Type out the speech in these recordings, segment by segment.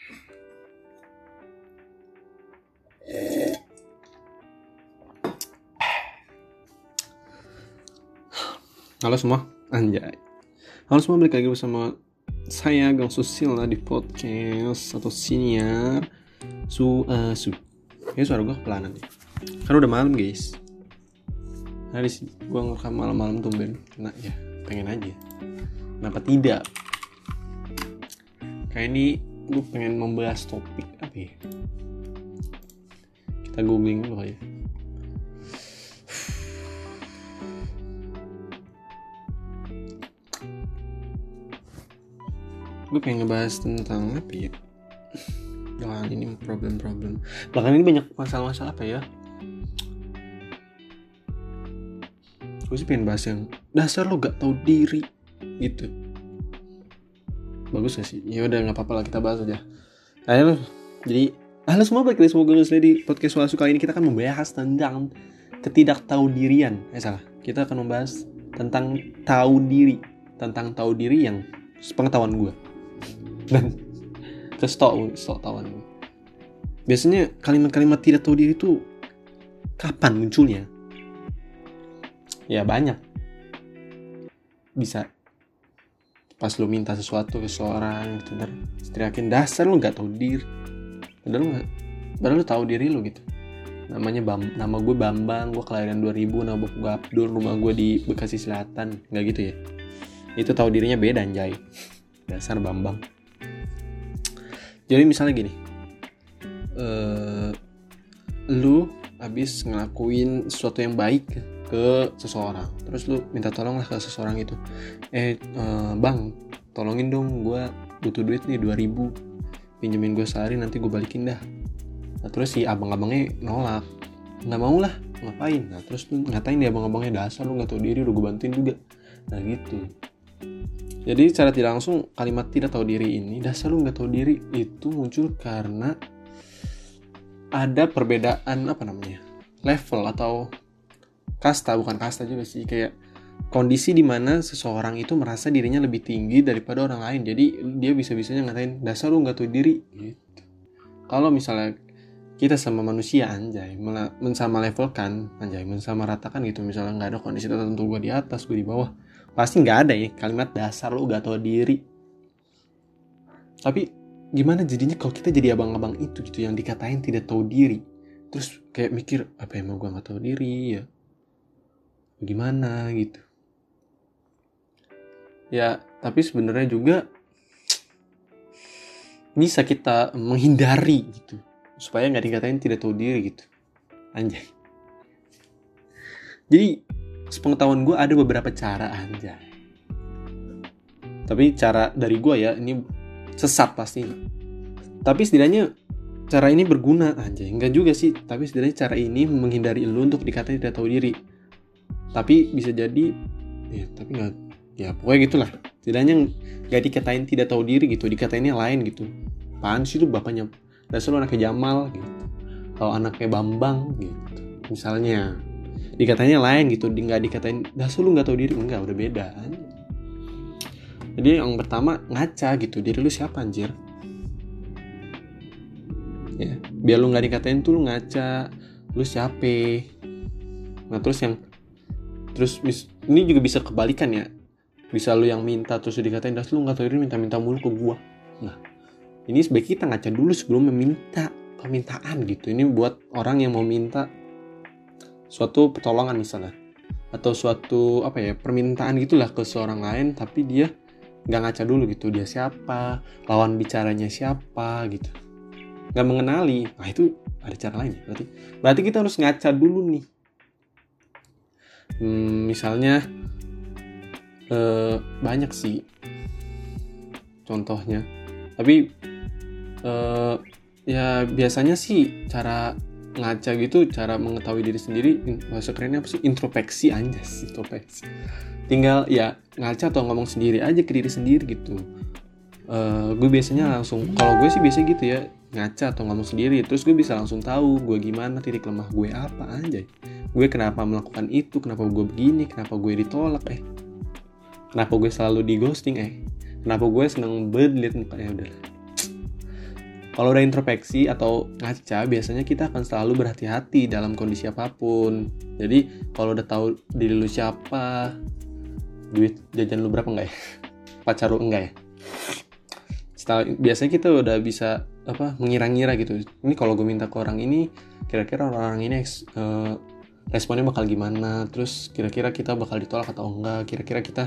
Halo semua, anjay. Halo semua, balik lagi bersama saya Gang Susila di podcast atau siniar Su. Ya suara gue kepelanan nih. Karena udah malam guys. Hari gue ngerekam malam-malam tumben. Nah ya, pengen aja. Kenapa tidak? Kayak ini gue pengen membahas topik apa ya? Kita googling dulu ya. Gue pengen ngebahas tentang apa ya? Jangan ini problem. Bahkan ini banyak masalah-masalah apa ya? Gue sih pengen bahas yang dasar lo gak tahu diri gitu. Bagus gak sih? Ya udah nggak apa-apa lah, kita bahas aja. Ayo, jadi halo semua, balik lagi semoga di podcast Suasu kali ini kita akan membahas tentang ketidaktaudirian. Salah. Kita akan membahas tentang tahu diri yang sepengetahuan gue. Dan kestok tawan. Biasanya kalimat-kalimat tidak tahu diri itu kapan munculnya? Ya banyak. Bisa pas lu minta sesuatu ke seorang gitu, ntar teriakin dasar lu nggak tahu diri. Padahal lu tahu diri lu gitu. Nama gue Bambang, gue kelahiran 2000, nama gue Abdul, rumah gue di Bekasi Selatan, nggak gitu ya? Itu tahu dirinya beda anjay. Dasar Bambang. Jadi misalnya gini, lu habis ngelakuin sesuatu yang baik ke seseorang, terus lu minta tolong lah ke seseorang itu, bang, tolongin dong, gue butuh duit nih 2000, pinjemin gue sehari, nanti gue balikin dah. Nah terus si abang-abangnya nolak, nggak mau lah, ngapain? Nah terus lu ngatain dia abang-abangnya, dasar lu nggak tahu diri, udah gue bantuin juga. Nah gitu. Jadi secara tidak langsung kalimat tidak tahu diri ini, dasar lu nggak tahu diri, itu muncul karena ada perbedaan level atau bukan kasta juga sih, kayak kondisi di mana seseorang itu merasa dirinya lebih tinggi daripada orang lain. Jadi dia bisa-bisanya ngatain dasar lu nggak tahu diri gitu. Kalau misalnya kita sama manusia anjay, mensama levelkan anjay, mensama ratakan gitu, misalnya nggak ada kondisi tertentu gue di atas, gue di bawah, pasti nggak ada ya kalimat dasar lu gak tahu diri. Tapi gimana jadinya kalau kita jadi abang-abang itu gitu, yang dikatain tidak tahu diri, terus kayak mikir, apa emang gue gak tahu diri ya, gimana gitu ya. Tapi sebenarnya juga bisa kita menghindari gitu, supaya gak dikatain tidak tahu diri gitu anjay. Jadi sepengetahuan gue ada beberapa cara anjay. Tapi cara dari gue ya, ini sesat pasti. Tapi setidaknya cara ini berguna anjay. Enggak juga sih, tapi setidaknya cara ini menghindari lu untuk dikatain tidak tahu diri. Tapi bisa jadi ya, tapi enggak, ya pokoknya gitulah. Setidaknya enggak dikatain tidak tahu diri gitu, dikatainnya lain gitu. Apaan sih itu bapaknya? Dasar lu anaknya Jamal gitu. Kalau anaknya Bambang gitu. Misalnya dikatanya lain gitu, nggak dikatain dasar lu nggak tahu diri, enggak, udah beda. Jadi yang pertama ngaca gitu, diri lu siapa anjir ya, biar lu nggak dikatain tuh lu ngaca lu siapa. Nah terus ini juga bisa kebalikan ya, bisa lu yang minta terus dikatain dasar lu nggak tahu diri, minta mulu ke gua. Nah ini sebaiknya kita ngaca dulu sebelum meminta permintaan gitu. Ini buat orang yang mau minta suatu pertolongan misalnya, atau suatu permintaan gitulah ke seorang lain, tapi dia nggak ngaca dulu gitu, dia siapa, lawan bicaranya siapa gitu, nggak mengenali. Nah itu ada cara lain ya, berarti kita harus ngaca dulu nih. Misalnya banyak sih contohnya, tapi ya biasanya sih cara ngaca gitu, cara mengetahui diri sendiri, bahasa kerennya apa sih, introspeksi anjas, introspeksi. Tinggal ya ngaca atau ngomong sendiri aja ke diri sendiri gitu. Gue biasanya langsung, kalau gue sih biasa gitu ya, ngaca atau ngomong sendiri, terus gue bisa langsung tahu gue gimana, titik lemah gue apa anjay, gue kenapa melakukan itu, kenapa gue begini, kenapa gue ditolak, kenapa gue selalu di ghosting, kenapa gue seneng banget liat mukanya. Udah Kalau udah introspeksi atau ngaca, biasanya kita akan selalu berhati-hati dalam kondisi apapun. Jadi kalau udah tahu diri lu siapa, duit jajan lu berapa enggak ya, pacar lu enggak ya, biasanya kita udah bisa mengira-ngira gitu. Ini kalau gue minta ke orang ini, kira-kira orang ini responnya bakal gimana, terus kira-kira kita bakal ditolak atau enggak, kira-kira kita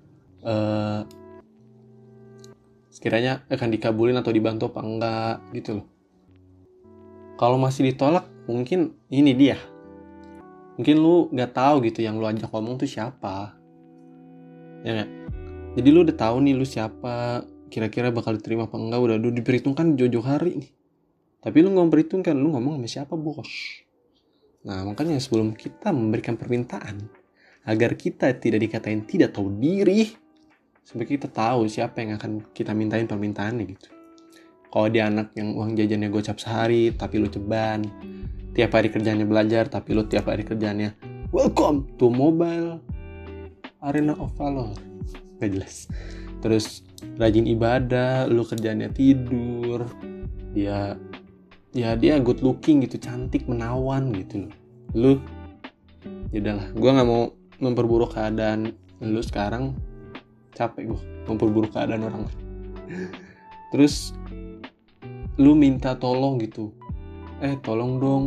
sekiranya akan dikabulin atau dibantu apa enggak gitu loh. Kalau masih ditolak, mungkin ini dia, mungkin lu nggak tahu gitu yang lu ajak ngomong tuh siapa, ya nggak? Jadi lu udah tahu nih lu siapa, kira-kira bakal diterima apa enggak, udah diperhitungkan jauh-jauh hari nih, tapi lu nggak memperhitungkan lu ngomong sama siapa, bos. Nah makanya sebelum kita memberikan permintaan, agar kita tidak dikatain tidak tahu diri, sampai kita tahu siapa yang akan kita mintain permintaannya gitu. Kalau dia anak yang uang jajannya gocap sehari tapi lu ceban, tiap hari kerjanya belajar tapi lu tiap hari kerjanya welcome to Mobile Arena of Valor, gak jelas. Terus rajin ibadah, lu kerjanya tidur, dia good looking gitu, cantik, menawan gitu. Lu yaudahlah, gue nggak mau memperburuk keadaan lu sekarang. Capek gue memperburuk keadaan orang. Terus lu minta tolong gitu, tolong dong,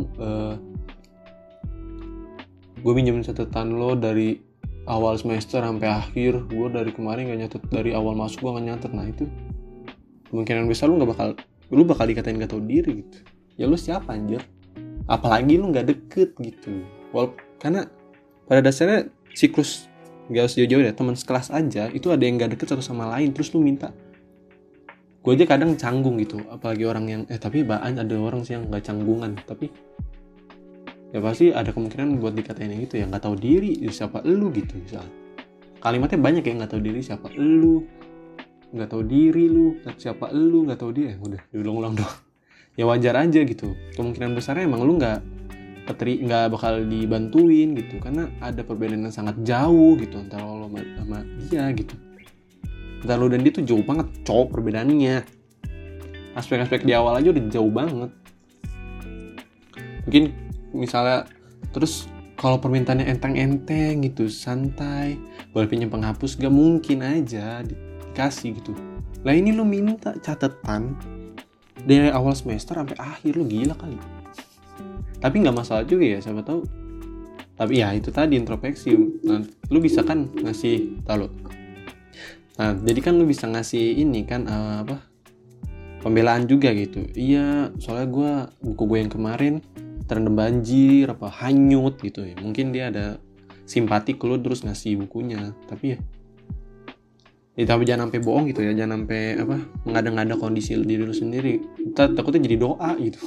gue minjemin catatan lo dari awal semester sampai akhir. Gue dari kemarin gak nyatet, dari awal masuk gue gak nyatet. Nah itu kemungkinan besar lu bakal dikatain gak tahu diri gitu. Ya lu siapa anjir, apalagi lu gak deket gitu. Karena pada dasarnya siklus gak usah jauh-jauh deh, teman sekelas aja itu ada yang gak deket satu sama lain, terus lu minta. Gue aja kadang canggung gitu, apalagi orang yang tapi ada orang sih yang gak canggungan, tapi ya pasti ada kemungkinan buat dikatain gitu ya, gak tahu diri siapa elu gitu. Misalnya kalimatnya banyak ya, gak tahu diri siapa elu, gak tahu diri lu siapa elu, gak tahu dia, udah diulang-ulang doang. Ya wajar aja gitu, kemungkinan besarnya emang lu nggak bakal dibantuin gitu, karena ada perbedaan yang sangat jauh gitu antara lo sama dia gitu. Antara lo dan dia tuh jauh banget cowok perbedaannya, aspek-aspek di awal aja udah jauh banget. Mungkin misalnya terus kalau permintaannya enteng-enteng gitu, santai, boleh pinjam penghapus, gak mungkin aja dikasih gitu. Lah ini lo minta catatan dari awal semester sampai akhir, lo gila kali. Tapi nggak masalah juga ya, siapa tahu. Tapi ya itu tadi introspeksi. Nah, lu bisa kan ngasih tahu. Nah, jadi kan lu bisa ngasih ini kan pembelaan juga gitu. Iya, soalnya buku gue yang kemarin terendam banjir, hanyut gitu ya. Mungkin dia ada simpati ke lu terus ngasih bukunya. Tapi tapi jangan sampai bohong gitu ya, jangan sampai mengada-ngada kondisi diri lu sendiri. Takutnya jadi doa gitu.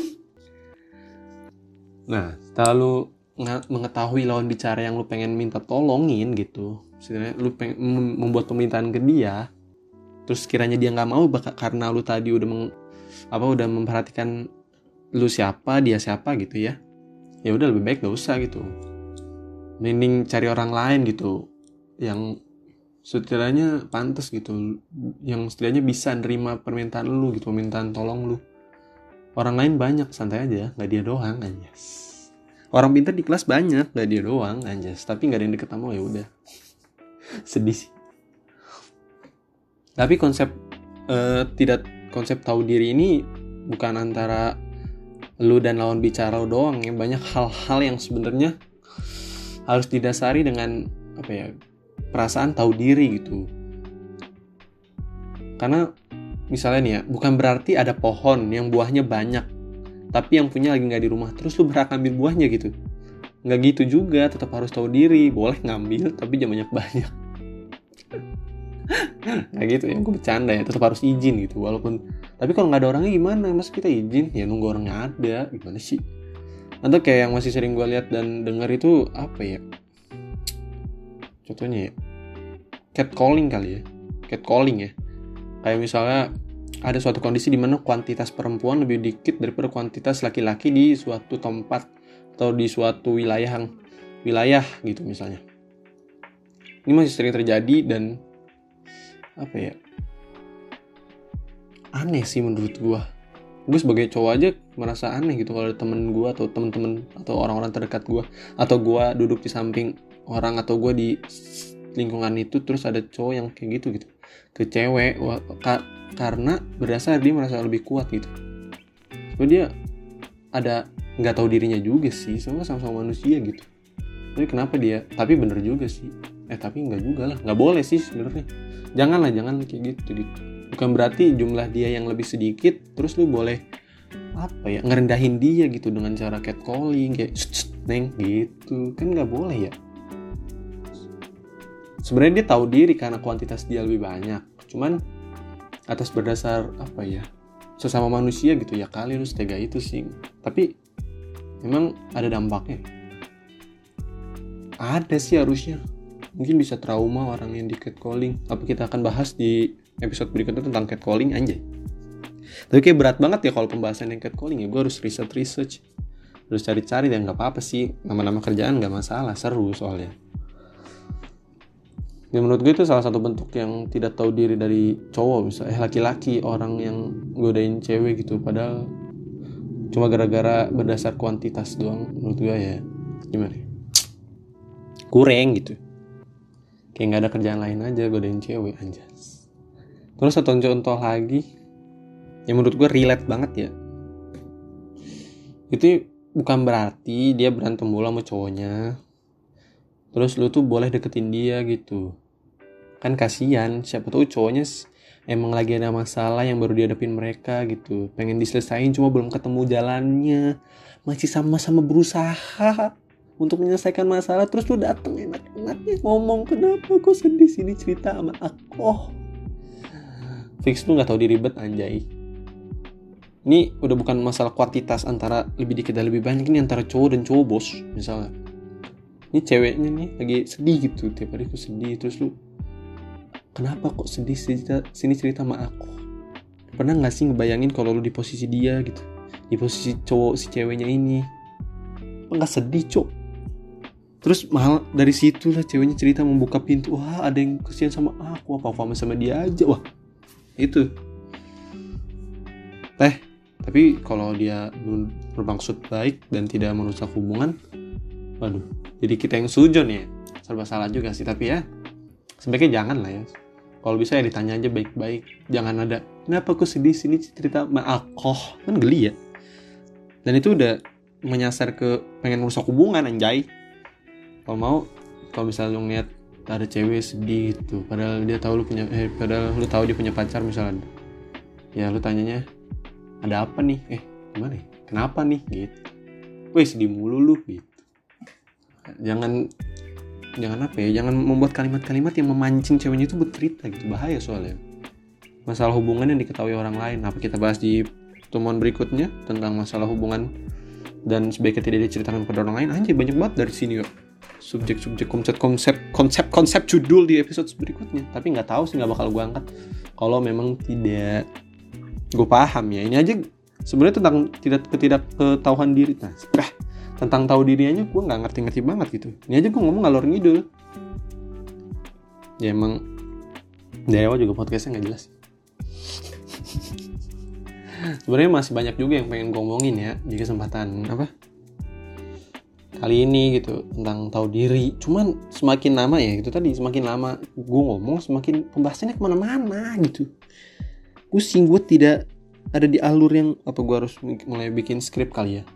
Nah, setelah lu mengetahui lawan bicara yang lu pengen minta tolongin gitu, sebenarnya lu pengen membuat permintaan ke dia, terus kiranya dia nggak mau karena lu tadi udah memperhatikan lu siapa, dia siapa gitu ya, ya udah lebih baik gak usah gitu, mending cari orang lain gitu yang setidaknya pantas gitu, yang setidaknya bisa nerima permintaan lu gitu, permintaan tolong lu. Orang lain banyak, santai aja, gak dia doang anjas. Orang pintar di kelas banyak, gak dia doang anjas. Tapi gak ada yang deket sama lo, ya udah. Sedih sih. Tapi konsep tahu diri ini bukan antara lu dan lawan bicara lu doang ya. Banyak hal-hal yang sebenarnya harus didasari dengan perasaan tahu diri gitu. Karena misalnya nih ya, bukan berarti ada pohon yang buahnya banyak, tapi yang punya lagi gak di rumah, terus lu berhak ngambil buahnya gitu. Gak gitu juga, tetap harus tahu diri. Boleh ngambil, tapi jangan banyak-banyak. Nah gitu ya, gue bercanda ya, tetap harus izin gitu. Tapi kalau gak ada orangnya gimana? Masa kita izin? Ya nunggu orangnya ada, gimana sih? Atau kayak yang masih sering gue lihat dan denger itu contohnya ya, catcalling kali ya. Catcalling ya. Kayak misalnya ada suatu kondisi di mana kuantitas perempuan lebih dikit daripada kuantitas laki-laki di suatu tempat atau di suatu wilayah gitu misalnya. Ini masih sering terjadi dan aneh sih menurut gua. Gue sebagai cowok aja merasa aneh gitu kalau ada temen gue atau temen-temen atau orang-orang terdekat gue, atau gue duduk di samping orang, atau gue di lingkungan itu terus ada cowok yang kayak gitu ke cewek. Karena berdasar dia merasa lebih kuat gitu. So dia ada nggak tahu dirinya juga sih, soalnya sama-sama manusia gitu. Tapi kenapa dia? Tapi bener juga sih. Tapi nggak juga lah, nggak boleh sih sebenarnya. Jangan kayak gitu. Bukan berarti jumlah dia yang lebih sedikit terus lu boleh ngerendahin dia gitu dengan cara catcalling kayak neng gitu, kan nggak boleh ya. Sebenarnya dia tahu diri karena kuantitas dia lebih banyak, cuman atas berdasar sesama manusia gitu ya kali lu setega itu sih. Tapi memang ada dampaknya, ada sih harusnya. Mungkin bisa trauma orang yang di catcalling. Tapi kita akan bahas di episode berikutnya tentang catcalling anjay. Tapi kayak berat banget ya kalau pembahasan yang catcalling ya. Gue harus research, harus cari-cari, dan nggak apa-apa sih. Nama-nama kerjaan nggak masalah, seru soalnya. Ya menurut gue itu salah satu bentuk yang tidak tahu diri dari cowok, misalnya laki-laki, orang yang godain cewek gitu, padahal cuma gara-gara berdasar kuantitas doang. Menurut gue ya gimana? Kurang gitu. Kayak gak ada kerjaan lain aja godain cewek anjas. Terus satu contoh lagi yang menurut gue relate banget ya, itu bukan berarti dia berantem bola sama cowoknya terus lu tuh boleh deketin dia gitu. Kan kasihan, siapa tahu cowoknya emang lagi ada masalah yang baru dihadapin mereka gitu, pengen diselesain cuma belum ketemu jalannya, masih sama-sama berusaha untuk menyelesaikan masalah. Terus lu dateng enak-enaknya ngomong, kenapa kok sedih, sini cerita sama aku. Fix lu gak tahu diri bet anjay. Ini udah bukan masalah kuantitas antara lebih dikit dan lebih banyak, ini antara cowok dan cowok bos. Misalnya ini ceweknya nih lagi sedih gitu, tiap hari aku sedih, terus lu kenapa kok sedih, sini cerita sama aku. Pernah gak sih ngebayangin kalau lu di posisi dia gitu, di posisi cowok si ceweknya ini, apa gak sedih cok? Terus malah dari situ lah ceweknya cerita, membuka pintu, wah ada yang kesian sama aku, apa-apa sama dia aja, wah itu. Tapi kalau dia bermaksud baik dan tidak merusak hubungan, waduh, jadi kita yang sujon ya, serba salah juga sih. Tapi ya sebaiknya jangan lah ya. Kalau bisa ya ditanya aja baik-baik, jangan ada kenapa aku sedih, sini cerita sama aku, kan geli ya. Dan itu udah menyasar ke pengen merusak hubungan anjay. Kalau misalnya lu ngeliat ada cewek sedih gitu, padahal lu tahu dia punya pacar misalnya, ya lu tanyanya ada apa nih, gimana ya, kenapa nih gitu, weh sedih mulu lu gitu. Jangan jangan membuat kalimat-kalimat yang memancing ceweknya itu bercerita gitu, bahaya soalnya. Masalah hubungan yang diketahui orang lain, apa kita bahas di pertemuan berikutnya tentang masalah hubungan dan sebaiknya tidak diceritakan kepada orang lain. Anjay, banyak banget dari sini yuk subjek-subjek, konsep judul di episode berikutnya. Tapi nggak tahu sih, nggak bakal gue angkat kalau memang tidak gue paham ya. Ini aja sebenarnya tentang ketidakketahuan diri. Tentang tahu diri aja gue nggak ngerti banget gitu. Ini aja gue ngomong ngalor ngidul. Ya emang dari awal juga podcastnya nggak jelas. Sebenarnya masih banyak juga yang pengen gue ngomongin ya di kesempatan kali ini gitu, tentang tahu diri. Cuman semakin lama ya itu tadi, semakin lama gue ngomong semakin pembahasannya kemana-mana gitu. Pusing, gue tidak ada di alur yang gue harus mulai bikin skrip kali ya.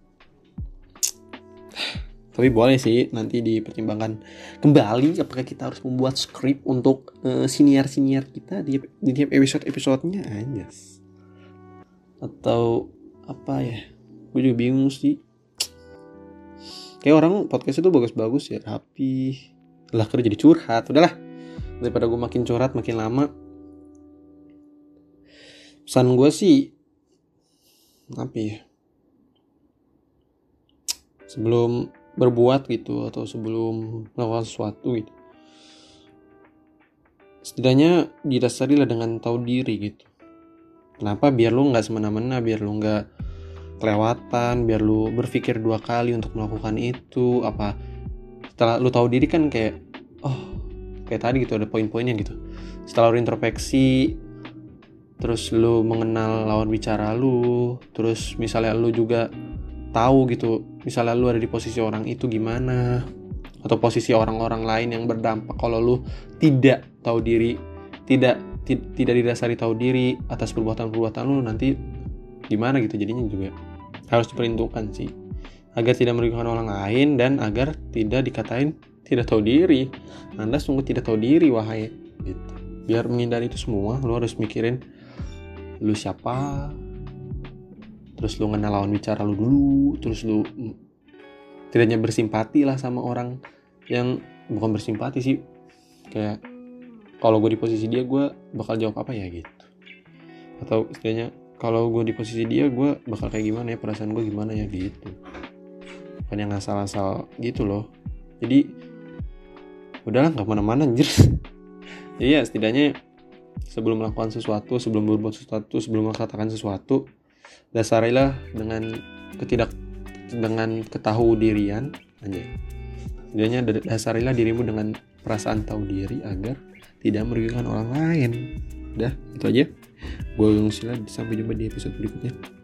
Tapi boleh sih nanti dipertimbangkan kembali apakah kita harus membuat skrip untuk senior kita di tiap episode-episodenya aja. Atau apa ya, gue juga bingung sih. Kayak orang podcast itu bagus-bagus ya, rapi lah, kerja jadi curhat. Udahlah, daripada gue makin curhat makin lama. Pesan gue sih sebelum berbuat gitu, atau sebelum melakukan sesuatu gitu, setidaknya didasarilah dengan tahu diri gitu. Kenapa? Biar lu gak semena-mena, biar lu gak kelewatan, biar lu berpikir 2 kali untuk melakukan itu. Setelah lu tahu diri kan kayak kayak tadi gitu, ada poin-poinnya gitu. Setelah lu introspeksi, terus lu mengenal lawan bicara lu, terus misalnya lu juga tahu gitu, misalnya lu ada di posisi orang itu gimana, atau posisi orang-orang lain yang berdampak kalau lu tidak tahu diri, tidak didasari tahu diri atas perbuatan-perbuatan lu nanti gimana gitu. Jadinya juga harus diperhitungkan sih, agar tidak merugikan orang lain dan agar tidak dikatain tidak tahu diri. Anda sungguh tidak tahu diri wahai gitu. Biar menghindari itu semua, lu harus mikirin lu siapa, terus lu kenal lawan bicara lu dulu, terus lu tidaknya bersimpati lah sama orang yang bukan bersimpati sih, kayak kalau gue di posisi dia gue bakal jawab apa ya gitu, atau istilahnya kalau gue di posisi dia gue bakal kayak gimana ya, perasaan gue gimana ya gitu, bukan yang asal-asal gitu loh. Jadi udahlah, nggak kemana-mana anjir. Jadi ya setidaknya sebelum melakukan sesuatu, sebelum berbuat sesuatu, sebelum mengatakan sesuatu, dasarilah dengan ketahu dirian aja. Setidaknya dasarilah dirimu dengan perasaan tahu diri agar tidak merugikan orang lain. Udah, itu aja. Gue Yung Sila, sampai jumpa di episode berikutnya.